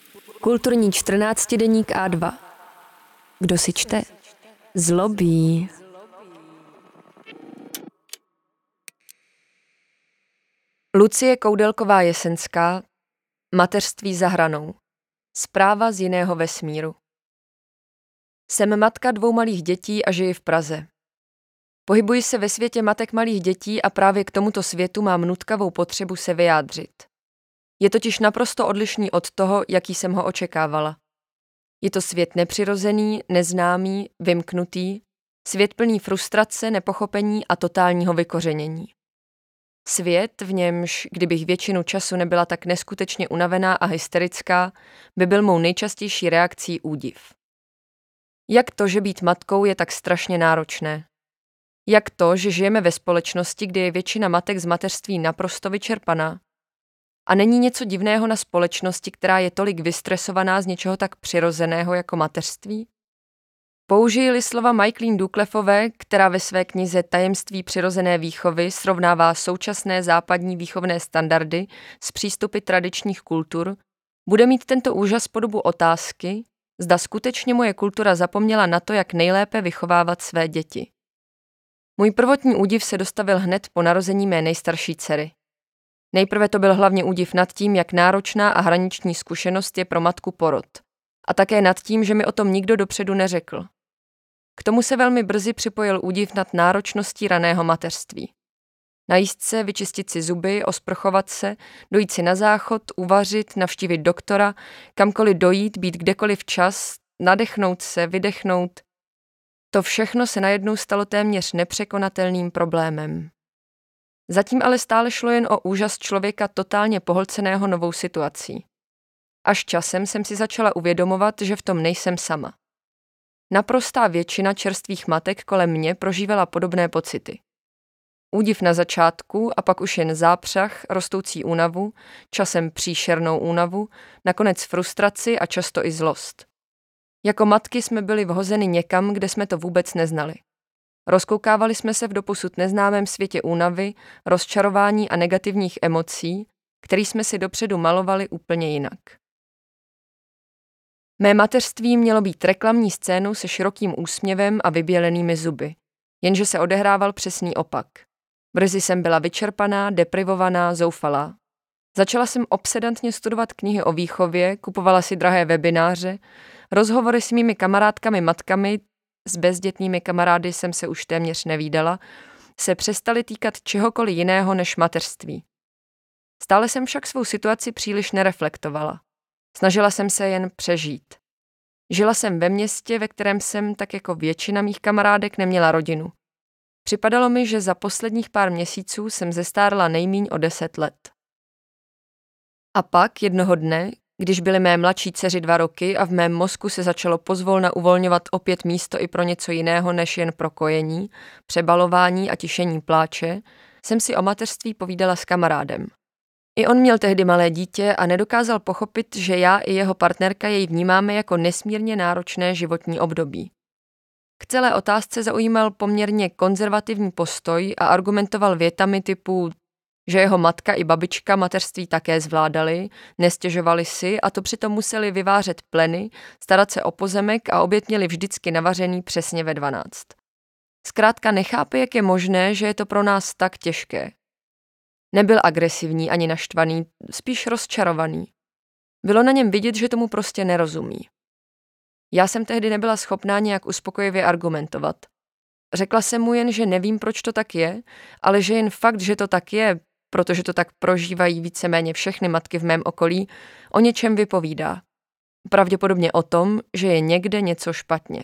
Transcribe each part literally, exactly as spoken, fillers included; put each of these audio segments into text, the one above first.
Kulturní čtrnáctidenník á dva. Kdo si čte? Zlobí. Lucie Koudelková Jesenská. Mateřství za hranou. Zpráva z jiného vesmíru. Jsem matka dvou malých dětí a žiji v Praze. Pohybuji se ve světě matek malých dětí a právě k tomuto světu mám nutkavou potřebu se vyjádřit. Je totiž naprosto odlišný od toho, jaký jsem ho očekávala. Je to svět nepřirozený, neznámý, vymknutý, svět plný frustrace, nepochopení a totálního vykořenění. Svět, v němž, kdybych většinu času nebyla tak neskutečně unavená a hysterická, by byl mou nejčastější reakcí údiv. Jak to, že být matkou je tak strašně náročné? Jak to, že žijeme ve společnosti, kde je většina matek z mateřství naprosto vyčerpaná? A není něco divného na společnosti, která je tolik vystresovaná z něčeho tak přirozeného jako mateřství? Použiji-li slova Michaeline Doucleffové, která ve své knize Tajemství přirozené výchovy srovnává současné západní výchovné standardy s přístupy tradičních kultur, bude mít tento úžas podobu otázky, zda skutečně moje kultura zapomněla na to, jak nejlépe vychovávat své děti. Můj prvotní údiv se dostavil hned po narození mé nejstarší dcery. Nejprve to byl hlavně údiv nad tím, jak náročná a hraniční zkušenost je pro matku porod. A také nad tím, že mi o tom nikdo dopředu neřekl. K tomu se velmi brzy připojil údiv nad náročností raného mateřství. Najíst se, vyčistit si zuby, osprchovat se, dojít si na záchod, uvařit, navštívit doktora, kamkoliv dojít, být kdekoliv včas, nadechnout se, vydechnout. To všechno se najednou stalo téměř nepřekonatelným problémem. Zatím ale stále šlo jen o úžas člověka totálně pohlceného novou situací. Až časem jsem si začala uvědomovat, že v tom nejsem sama. Naprostá většina čerstvých matek kolem mě prožívala podobné pocity. Údiv na začátku a pak už jen zápřah, rostoucí únavu, časem příšernou únavu, nakonec frustraci a často i zlost. Jako matky jsme byli vhozeny někam, kde jsme to vůbec neznali. Rozkoukávali jsme se v doposud neznámém světě únavy, rozčarování a negativních emocí, který jsme si dopředu malovali úplně jinak. Mé mateřství mělo být reklamní scénou se širokým úsměvem a vybělenými zuby, jenže se odehrával přesný opak. Brzy jsem byla vyčerpaná, deprivovaná, zoufalá. Začala jsem obsedantně studovat knihy o výchově, kupovala si drahé webináře, rozhovory s mými kamarádkami matkami, s bezdětnými kamarády jsem se už téměř nevídala, se přestaly týkat čehokoliv jiného než mateřství. Stále jsem však svou situaci příliš nereflektovala. Snažila jsem se jen přežít. Žila jsem ve městě, ve kterém jsem, tak jako většina mých kamarádek, neměla rodinu. Připadalo mi, že za posledních pár měsíců jsem zestárla nejmíň o deset let. A pak jednoho dne, když byly mé mladší dceři dva roky a v mém mozku se začalo pozvolna uvolňovat opět místo i pro něco jiného než jen pro kojení, přebalování a tišení pláče, jsem si o mateřství povídala s kamarádem. I on měl tehdy malé dítě a nedokázal pochopit, že já i jeho partnerka jej vnímáme jako nesmírně náročné životní období. K celé otázce zaujímal poměrně konzervativní postoj a argumentoval větami typu, že jeho matka i babička mateřství také zvládali, nestěžovali si a to přitom museli vyvářet pleny, starat se o pozemek a oběd měli vždycky navařený přesně ve dvanáct. Zkrátka nechápe, jak je možné, že je to pro nás tak těžké. Nebyl agresivní ani naštvaný, spíš rozčarovaný. Bylo na něm vidět, že tomu prostě nerozumí. Já jsem tehdy nebyla schopná nějak uspokojivě argumentovat. Řekla jsem mu jen, že nevím, proč to tak je, ale že jen fakt, že to tak je, protože to tak prožívají víceméně všechny matky v mém okolí, o něčem vypovídá. Pravděpodobně o tom, že je někde něco špatně.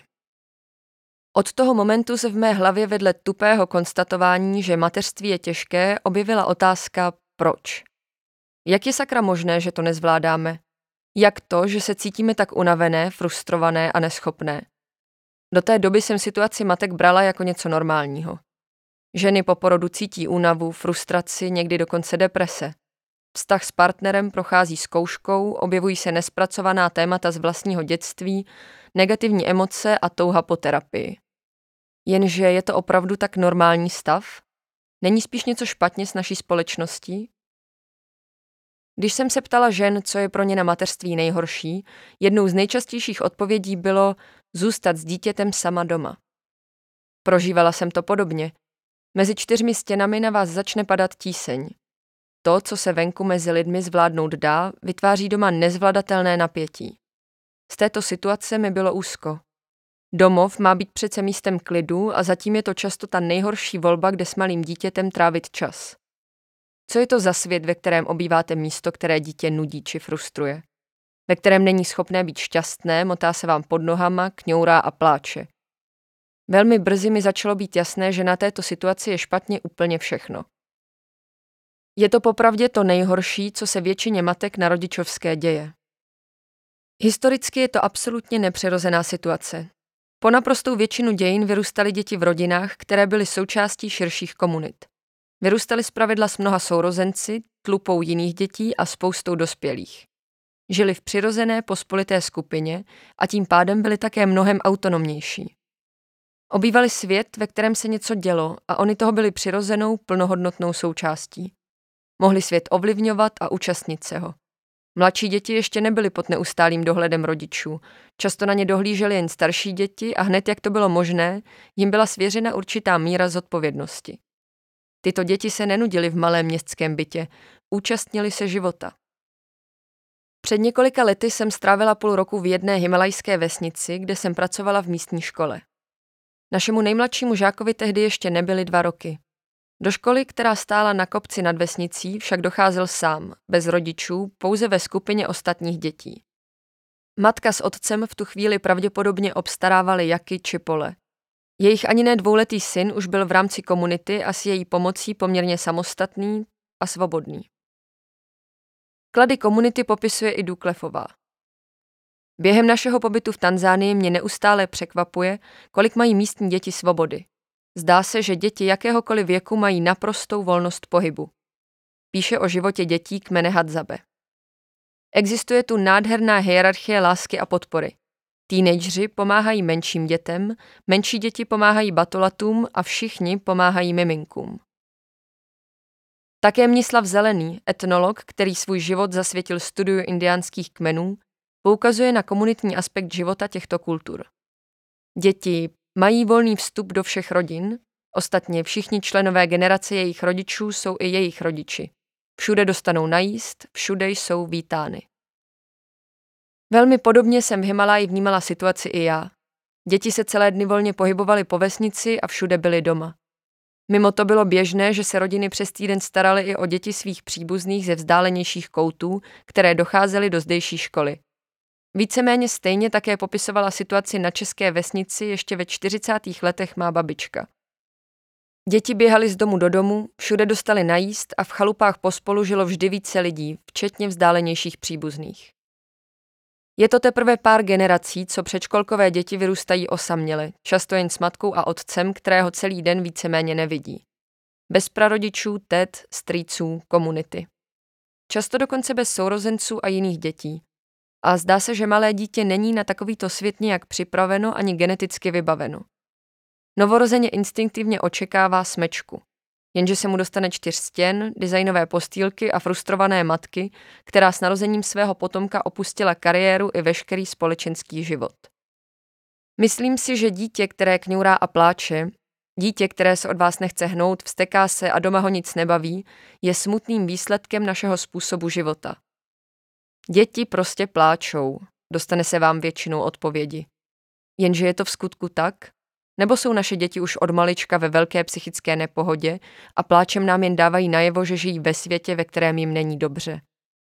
Od toho momentu se v mé hlavě vedle tupého konstatování, že mateřství je těžké, objevila otázka proč. Jak je sakra možné, že to nezvládáme? Jak to, že se cítíme tak unavené, frustrované a neschopné? Do té doby jsem situaci matek brala jako něco normálního. Ženy po porodu cítí únavu, frustraci, někdy dokonce deprese. Vztah s partnerem prochází zkouškou, objevují se nespracovaná témata z vlastního dětství, negativní emoce a touha po terapii. Jenže je to opravdu tak normální stav? Není spíš něco špatně s naší společností? Když jsem se ptala žen, co je pro ně na mateřství nejhorší, jednou z nejčastějších odpovědí bylo zůstat s dítětem sama doma. Prožívala jsem to podobně. Mezi čtyřmi stěnami na vás začne padat tíseň. To, co se venku mezi lidmi zvládnout dá, vytváří doma nezvladatelné napětí. Z této situace mi bylo úzko. Domov má být přece místem klidu a zatím je to často ta nejhorší volba, kde s malým dítětem trávit čas. Co je to za svět, ve kterém obýváte místo, které dítě nudí či frustruje? Ve kterém není schopné být šťastné, motá se vám pod nohama, kňourá a pláče. Velmi brzy mi začalo být jasné, že na této situaci je špatně úplně všechno. Je to popravdě to nejhorší, co se většině matek na rodičovské děje. Historicky je to absolutně nepřirozená situace. Po naprostou většinu dějin vyrůstaly děti v rodinách, které byly součástí širších komunit. Vyrůstaly zpravidla s mnoha sourozenci, tlupou jiných dětí a spoustou dospělých. Žili v přirozené pospolité skupině a tím pádem byli také mnohem autonomnější. Obývali svět, ve kterém se něco dělo a oni toho byli přirozenou, plnohodnotnou součástí. Mohli svět ovlivňovat a účastnit se ho. Mladší děti ještě nebyly pod neustálým dohledem rodičů. Často na ně dohlíželi jen starší děti a hned, jak to bylo možné, jim byla svěřena určitá míra zodpovědnosti. Tyto děti se nenudily v malém městském bytě, účastnili se života. Před několika lety jsem strávila půl roku v jedné himalajské vesnici, kde jsem pracovala v místní škole. Našemu nejmladšímu žákovi tehdy ještě nebyly dva roky. Do školy, která stála na kopci nad vesnicí, však docházel sám, bez rodičů, pouze ve skupině ostatních dětí. Matka s otcem v tu chvíli pravděpodobně obstarávali jaky či pole. Jejich ani ne dvouletý syn už byl v rámci komunity a s její pomocí poměrně samostatný a svobodný. Klady komunity popisuje i Duklefová. Během našeho pobytu v Tanzánii mě neustále překvapuje, kolik mají místní děti svobody. Zdá se, že děti jakéhokoliv věku mají naprostou volnost pohybu. Píše o životě dětí kmene Hadzabe. Existuje tu nádherná hierarchie lásky a podpory. Teenageři pomáhají menším dětem, menší děti pomáhají batolatům a všichni pomáhají miminkům. Také Mnislav Zelený, etnolog, který svůj život zasvětil studiu indiánských kmenů, poukazuje na komunitní aspekt života těchto kultur. Děti mají volný vstup do všech rodin, ostatně všichni členové generace jejich rodičů jsou i jejich rodiči. Všude dostanou najíst, všude jsou vítány. Velmi podobně jsem v Himálaji vnímala situaci i já. Děti se celé dny volně pohybovaly po vesnici a všude byly doma. Mimo to bylo běžné, že se rodiny přes týden staraly i o děti svých příbuzných ze vzdálenějších koutů, které docházely do zdejší školy. Víceméně stejně také popisovala situaci na české vesnici ještě ve čtyřicátých letech má babička. Děti běhaly z domu do domu, všude dostali najíst a v chalupách pospolu žilo vždy více lidí, včetně vzdálenějších příbuzných. Je to teprve pár generací, co předškolkové děti vyrůstají osaměle, často jen s matkou a otcem, kterého celý den víceméně nevidí. Bez prarodičů, tet, strýců, komunity. Často dokonce bez sourozenců a jiných dětí. A zdá se, že malé dítě není na takovýto svět nijak připraveno ani geneticky vybaveno. Novorozeně instinktivně očekává smečku. Jenže se mu dostane čtyř stěn, designové postýlky a frustrované matky, která s narozením svého potomka opustila kariéru i veškerý společenský život. Myslím si, že dítě, které kňourá a pláče, dítě, které se od vás nechce hnout, vzteká se a doma ho nic nebaví, je smutným výsledkem našeho způsobu života. Děti prostě pláčou, dostane se vám většinou odpovědi. Jenže je to v skutku tak? Nebo jsou naše děti už od malička ve velké psychické nepohodě a pláčem nám jen dávají najevo, že žijí ve světě, ve kterém jim není dobře?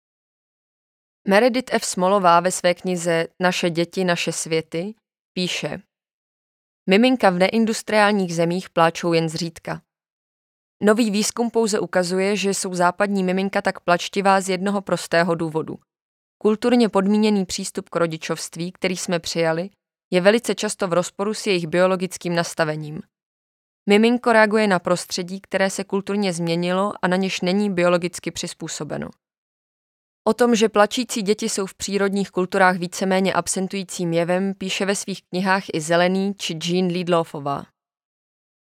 Meredith F. Smolová ve své knize Naše děti, naše světy píše: Miminka v neindustriálních zemích pláčou jen zřídka. Nový výzkum pouze ukazuje, že jsou západní miminka tak plačtivá z jednoho prostého důvodu. Kulturně podmíněný přístup k rodičovství, který jsme přijali, je velice často v rozporu s jejich biologickým nastavením. Miminko reaguje na prostředí, které se kulturně změnilo a na něž není biologicky přizpůsobeno. O tom, že plačící děti jsou v přírodních kulturách víceméně absentujícím jevem, píše ve svých knihách i Zelený či Jean Lidloffová.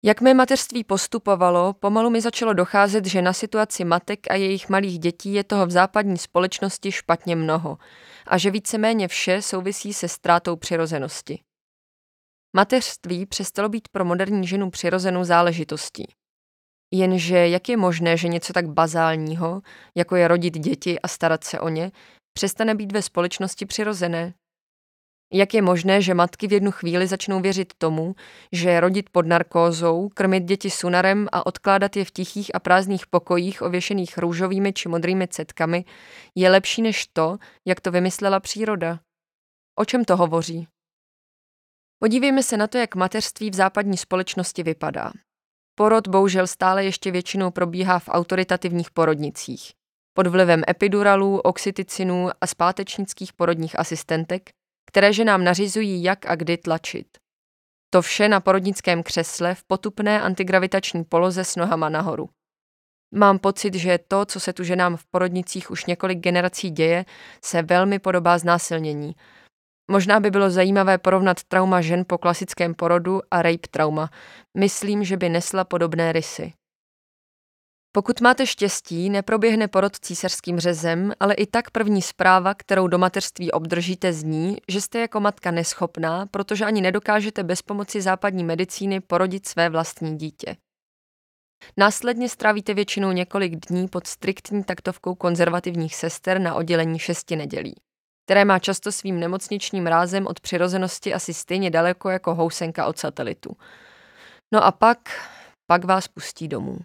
Jak mé mateřství postupovalo, pomalu mi začalo docházet, že na situaci matek a jejich malých dětí je toho v západní společnosti špatně mnoho a že víceméně vše souvisí se ztrátou přirozenosti. Mateřství přestalo být pro moderní ženu přirozenou záležitostí. Jenže jak je možné, že něco tak bazálního, jako je rodit děti a starat se o ně, přestane být ve společnosti přirozené? Jak je možné, že matky v jednu chvíli začnou věřit tomu, že rodit pod narkózou, krmit děti sunarem a odkládat je v tichých a prázdných pokojích ověšených růžovými či modrými cetkami je lepší než to, jak to vymyslela příroda? O čem to hovoří? Podívejme se na to, jak mateřství v západní společnosti vypadá. Porod bohužel stále ještě většinou probíhá v autoritativních porodnicích, pod vlivem epiduralů, oxyticinů a zpátečnických porodních asistentek, které ženám nařizují, jak a kdy tlačit. To vše na porodnickém křesle v potupné antigravitační poloze s nohama nahoru. Mám pocit, že to, co se tu ženám v porodnicích už několik generací děje, se velmi podobá znásilnění. Možná by bylo zajímavé porovnat trauma žen po klasickém porodu a rape trauma. Myslím, že by nesla podobné rysy. Pokud máte štěstí, neproběhne porod císařským řezem, ale i tak první zpráva, kterou do mateřství obdržíte, zní, že jste jako matka neschopná, protože ani nedokážete bez pomoci západní medicíny porodit své vlastní dítě. Následně strávíte většinou několik dní pod striktní taktovkou konzervativních sester na oddělení šesti nedělí, které má často svým nemocničním rázem od přirozenosti asi stejně daleko jako housenka od satelitu. No a pak, pak vás pustí domů.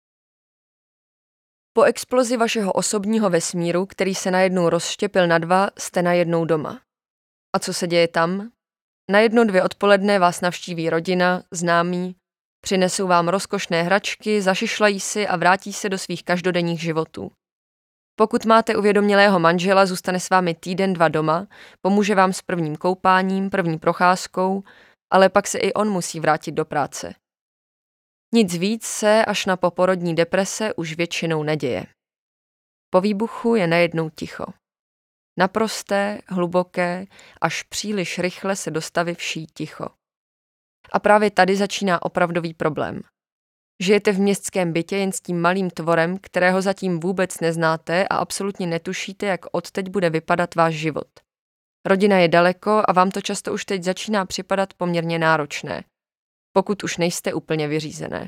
Po explozi vašeho osobního vesmíru, který se najednou rozštěpil na dva, jste najednou doma. A co se děje tam? Na jedno dvě odpoledne vás navštíví rodina, známí, přinesou vám rozkošné hračky, zašišlají si a vrátí se do svých každodenních životů. Pokud máte uvědomělého manžela, zůstane s vámi týden, dva doma, pomůže vám s prvním koupáním, první procházkou, ale pak se i on musí vrátit do práce. Nic víc se až na poporodní deprese už většinou neděje. Po výbuchu je najednou ticho. Naprosté, hluboké, až příliš rychle se dostaví vší ticho. A právě tady začíná opravdový problém. Žijete v městském bytě jen s tím malým tvorem, kterého zatím vůbec neznáte a absolutně netušíte, jak odteď bude vypadat váš život. Rodina je daleko a vám to často už teď začíná připadat poměrně náročné, pokud už nejste úplně vyřízené.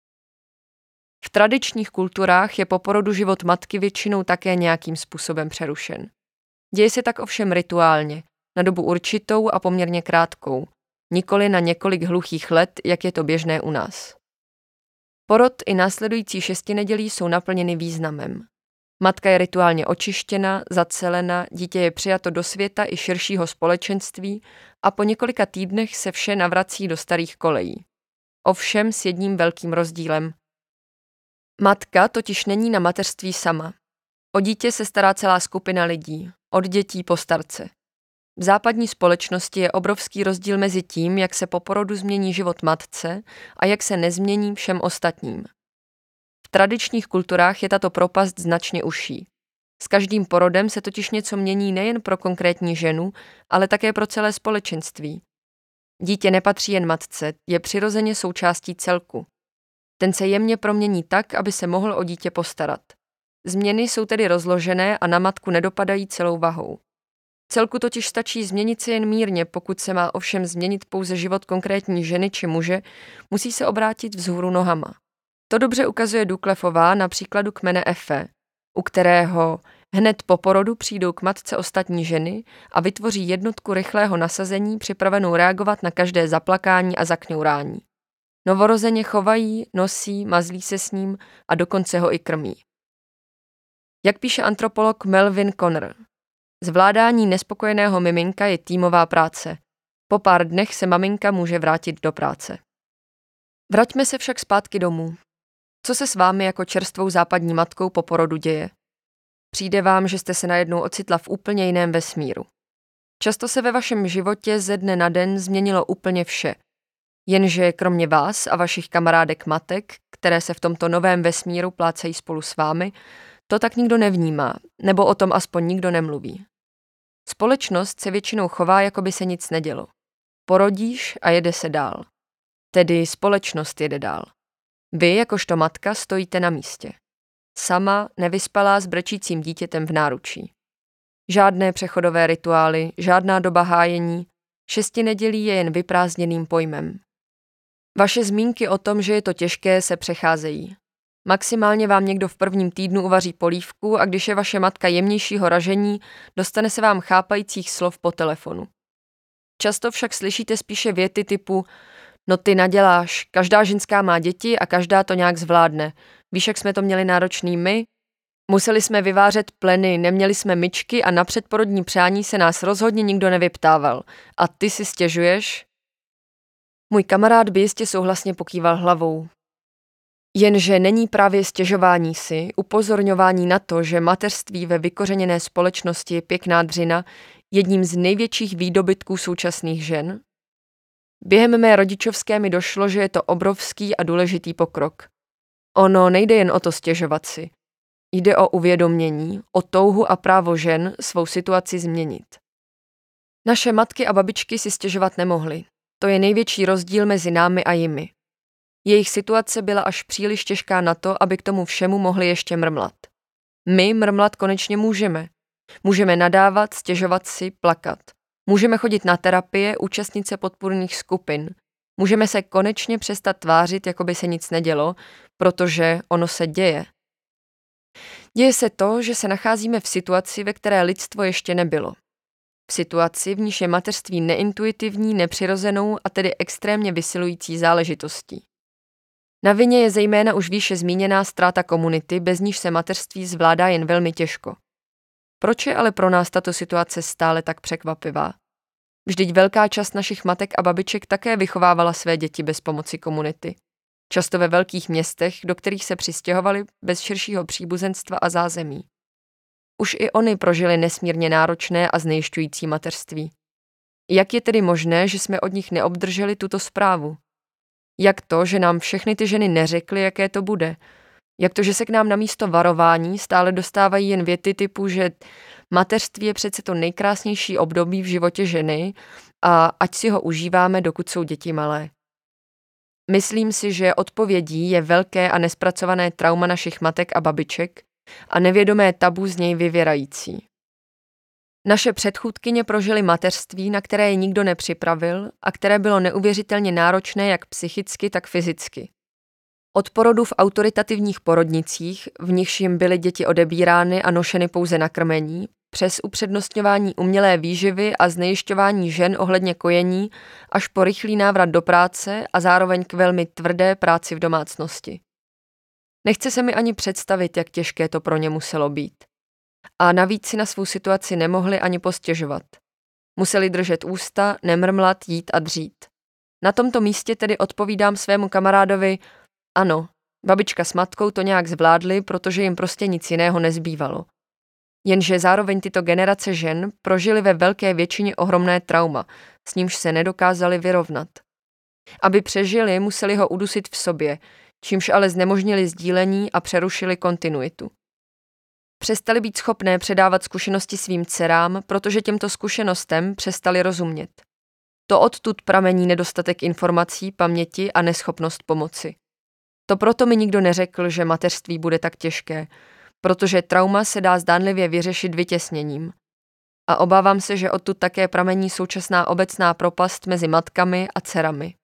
V tradičních kulturách je po porodu život matky většinou také nějakým způsobem přerušen. Děje se tak ovšem rituálně, na dobu určitou a poměrně krátkou, nikoli na několik hluchých let, jak je to běžné u nás. Porod i následující šestinedělí jsou naplněny významem. Matka je rituálně očištěna, zacelena, dítě je přijato do světa i širšího společenství a po několika týdnech se vše navrací do starých kolejí. Ovšem s jedním velkým rozdílem. Matka totiž není na mateřství sama. O dítě se stará celá skupina lidí, od dětí po starce. V západní společnosti je obrovský rozdíl mezi tím, jak se po porodu změní život matce a jak se nezmění všem ostatním. V tradičních kulturách je tato propast značně užší. S každým porodem se totiž něco mění nejen pro konkrétní ženu, ale také pro celé společenství. Dítě nepatří jen matce, je přirozeně součástí celku. Ten se jemně promění tak, aby se mohl o dítě postarat. Změny jsou tedy rozložené a na matku nedopadají celou vahou. Celku totiž stačí změnit se jen mírně, pokud se má ovšem změnit pouze život konkrétní ženy či muže, musí se obrátit vzhůru nohama. To dobře ukazuje Ducleffová na příkladu kmene Efe, u kterého hned po porodu přijdou k matce ostatní ženy a vytvoří jednotku rychlého nasazení připravenou reagovat na každé zaplakání a zakňourání. Novorozeně chovají, nosí, mazlí se s ním a dokonce ho i krmí. Jak píše antropolog Melvin Conner, zvládání nespokojeného miminka je týmová práce. Po pár dnech se maminka může vrátit do práce. Vraťme se však zpátky domů. Co se s vámi jako čerstvou západní matkou po porodu děje? Přijde vám, že jste se najednou ocitla v úplně jiném vesmíru. Často se ve vašem životě ze dne na den změnilo úplně vše. Jenže kromě vás a vašich kamarádek matek, které se v tomto novém vesmíru plácají spolu s vámi, to tak nikdo nevnímá, nebo o tom aspoň nikdo nemluví. Společnost se většinou chová, jako by se nic nedělo. Porodíš a jede se dál. Tedy společnost jede dál. Vy, jakožto matka, stojíte na místě. Sama, nevyspalá s brečícím dítětem v náručí. Žádné přechodové rituály, žádná doba hájení, šesti nedělí je jen vyprázdněným pojmem. Vaše zmínky o tom, že je to těžké, se přecházejí. Maximálně vám někdo v prvním týdnu uvaří polívku a když je vaše matka jemnějšího ražení, dostane se vám chápajících slov po telefonu. Často však slyšíte spíše věty typu no ty naděláš, každá ženská má děti a každá to nějak zvládne. Víš, jak jsme to měli náročný my? Museli jsme vyvářet pleny, neměli jsme myčky a na předporodní přání se nás rozhodně nikdo nevyptával. A ty si stěžuješ? Můj kamarád by jistě souhlasně pokýval hlavou. Jenže není právě stěžování si, upozorňování na to, že mateřství ve vykořeněné společnosti je pěkná dřina, jedním z největších výdobytků současných žen? Během mé rodičovské mi došlo, že je to obrovský a důležitý pokrok. Ono nejde jen o to stěžovat si. Jde o uvědomění, o touhu a právo žen svou situaci změnit. Naše matky a babičky si stěžovat nemohly. To je největší rozdíl mezi námi a jimi. Jejich situace byla až příliš těžká na to, aby k tomu všemu mohli ještě mrmlat. My mrmlat konečně můžeme. Můžeme nadávat, stěžovat si, plakat. Můžeme chodit na terapie, účastnit se podpůrných skupin. Můžeme se konečně přestat tvářit, jako by se nic nedělo, protože ono se děje. Děje se to, že se nacházíme v situaci, ve které lidstvo ještě nebylo. V situaci, v níž je mateřství neintuitivní, nepřirozenou a tedy extrémně vysilující záležitostí. Na vině je zejména už výše zmíněná ztráta komunity, bez níž se mateřství zvládá jen velmi těžko. Proč je ale pro nás tato situace stále tak překvapivá? Vždyť velká část našich matek a babiček také vychovávala své děti bez pomoci komunity. Často ve velkých městech, do kterých se přistěhovali bez širšího příbuzenstva a zázemí. Už i oni prožili nesmírně náročné a znejišťující mateřství. Jak je tedy možné, že jsme od nich neobdrželi tuto zprávu? Jak to, že nám všechny ty ženy neřekly, jaké to bude? Jak to, že se k nám namísto varování stále dostávají jen věty typu, že mateřství je přece to nejkrásnější období v životě ženy a ať si ho užíváme, dokud jsou děti malé. Myslím si, že odpovědí je velké a nespracované trauma našich matek a babiček a nevědomé tabu z něj vyvěrající. Naše předchůdkyně prožily mateřství, na které je nikdo nepřipravil a které bylo neuvěřitelně náročné jak psychicky, tak fyzicky. Od porodu v autoritativních porodnicích, v nichž jim byly děti odebírány a nošeny pouze na krmení, přes upřednostňování umělé výživy a znejišťování žen ohledně kojení, až po rychlý návrat do práce a zároveň k velmi tvrdé práci v domácnosti. Nechce se mi ani představit, jak těžké to pro ně muselo být. A navíc si na svou situaci nemohli ani postěžovat. Museli držet ústa, nemrmlat, jít a dřít. Na tomto místě tedy odpovídám svému kamarádovi: ano, babička s matkou to nějak zvládli, protože jim prostě nic jiného nezbývalo. Jenže zároveň tyto generace žen prožily ve velké většině ohromné trauma, s nímž se nedokázali vyrovnat. Aby přežili, museli ho udusit v sobě, čímž ale znemožnili sdílení a přerušili kontinuitu. Přestali být schopné předávat zkušenosti svým dcerám, protože těmto zkušenostem přestali rozumět. To odtud pramení nedostatek informací, paměti a neschopnost pomoci. To proto mi nikdo neřekl, že mateřství bude tak těžké, protože trauma se dá zdánlivě vyřešit vytěsněním. A obávám se, že odtud také pramení současná obecná propast mezi matkami a dcerami.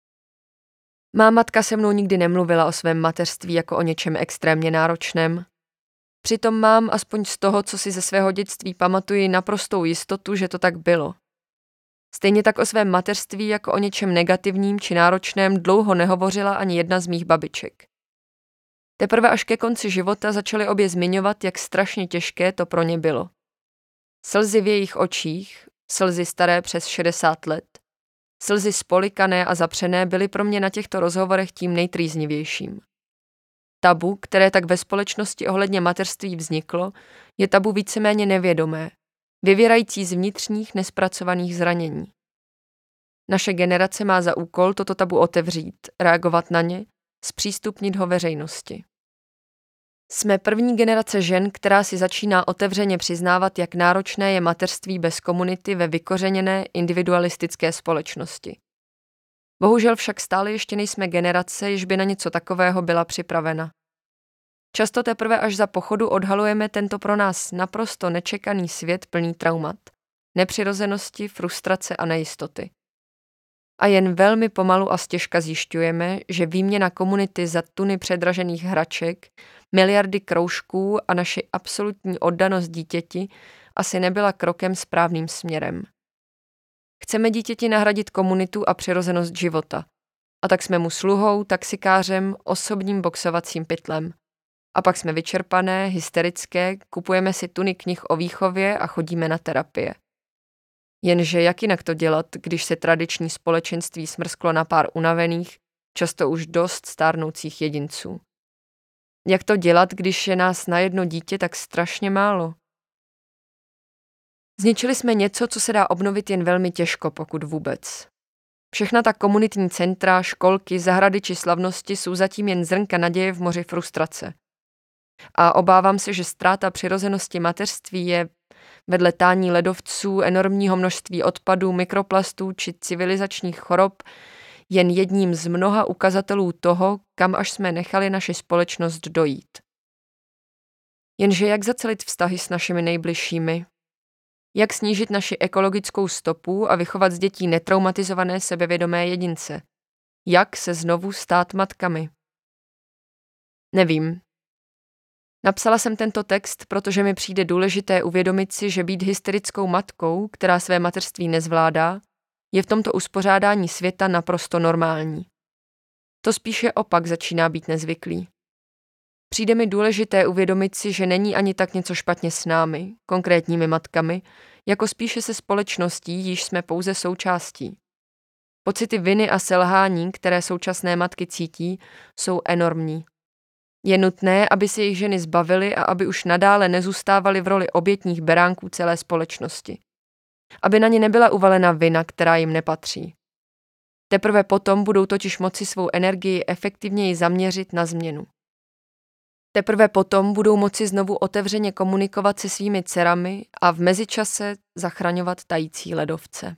Má matka se mnou nikdy nemluvila o svém mateřství jako o něčem extrémně náročném. Přitom mám, aspoň z toho, co si ze svého dětství pamatuji, naprostou jistotu, že to tak bylo. Stejně tak o svém mateřství jako o něčem negativním či náročném dlouho nehovořila ani jedna z mých babiček. Teprve až ke konci života začaly obě zmiňovat, jak strašně těžké to pro ně bylo. Slzy v jejich očích, slzy staré přes šedesát let, slzy spolikané a zapřené byly pro mě na těchto rozhovorech tím nejtrýznivějším. Tabu, které tak ve společnosti ohledně mateřství vzniklo, je tabu víceméně nevědomé, vyvěrající z vnitřních nespracovaných zranění. Naše generace má za úkol toto tabu otevřít, reagovat na ně, zpřístupnit ho veřejnosti. Jsme první generace žen, která si začíná otevřeně přiznávat, jak náročné je mateřství bez komunity ve vykořeněné individualistické společnosti. Bohužel však stále ještě nejsme generace, jež by na něco takového byla připravena. Často teprve až za pochodu odhalujeme tento pro nás naprosto nečekaný svět plný traumat, nepřirozenosti, frustrace a nejistoty. A jen velmi pomalu a stěžka zjišťujeme, že výměna komunity za tuny předražených hraček, miliardy kroužků a naši absolutní oddanost dítěti asi nebyla krokem správným směrem. Chceme dítěti nahradit komunitu a přirozenost života. A tak jsme mu sluhou, taxikářem, osobním boxovacím pytlem. A pak jsme vyčerpané, hysterické, kupujeme si tuny knih o výchově a chodíme na terapie. Jenže jak jinak to dělat, když se tradiční společenství smrsklo na pár unavených, často už dost stárnoucích jedinců? Jak to dělat, když je nás na jedno dítě tak strašně málo? Zničili jsme něco, co se dá obnovit jen velmi těžko, pokud vůbec. Všechna ta komunitní centra, školky, zahrady či slavnosti jsou zatím jen zrnka naděje v moři frustrace. A obávám se, že ztráta přirozenosti mateřství je vedle tání ledovců, enormního množství odpadů, mikroplastů či civilizačních chorob jen jedním z mnoha ukazatelů toho, kam až jsme nechali naši společnost dojít. Jenže jak zacelit vztahy s našimi nejbližšími? Jak snížit naši ekologickou stopu a vychovat z dětí netraumatizované sebevědomé jedince? Jak se znovu stát matkami? Nevím. Napsala jsem tento text, protože mi přijde důležité uvědomit si, že být hysterickou matkou, která své mateřství nezvládá, je v tomto uspořádání světa naprosto normální. To spíše opak začíná být nezvyklý. Přijde mi důležité uvědomit si, že není ani tak něco špatně s námi, konkrétními matkami, jako spíše se společností, již jsme pouze součástí. Pocity viny a selhání, které současné matky cítí, jsou enormní. Je nutné, aby se jejich ženy zbavily a aby už nadále nezůstávaly v roli obětních beránků celé společnosti. Aby na ně nebyla uvalena vina, která jim nepatří. Teprve potom budou totiž moci svou energii efektivněji zaměřit na změnu. Teprve potom budou moci znovu otevřeně komunikovat se svými dcerami a v mezičase zachraňovat tající ledovce.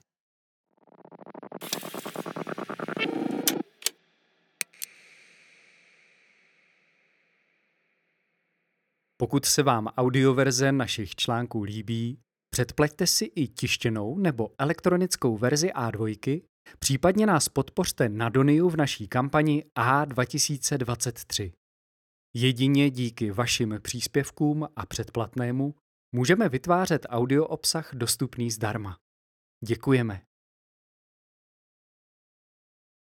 Pokud se vám audioverze našich článků líbí, předplaťte si i tištěnou nebo elektronickou verzi á dva, případně nás podpořte na Doniu v naší kampani A dva tisíce dvacet tři. Jedině díky vašim příspěvkům a předplatnému můžeme vytvářet audio obsah dostupný zdarma. Děkujeme.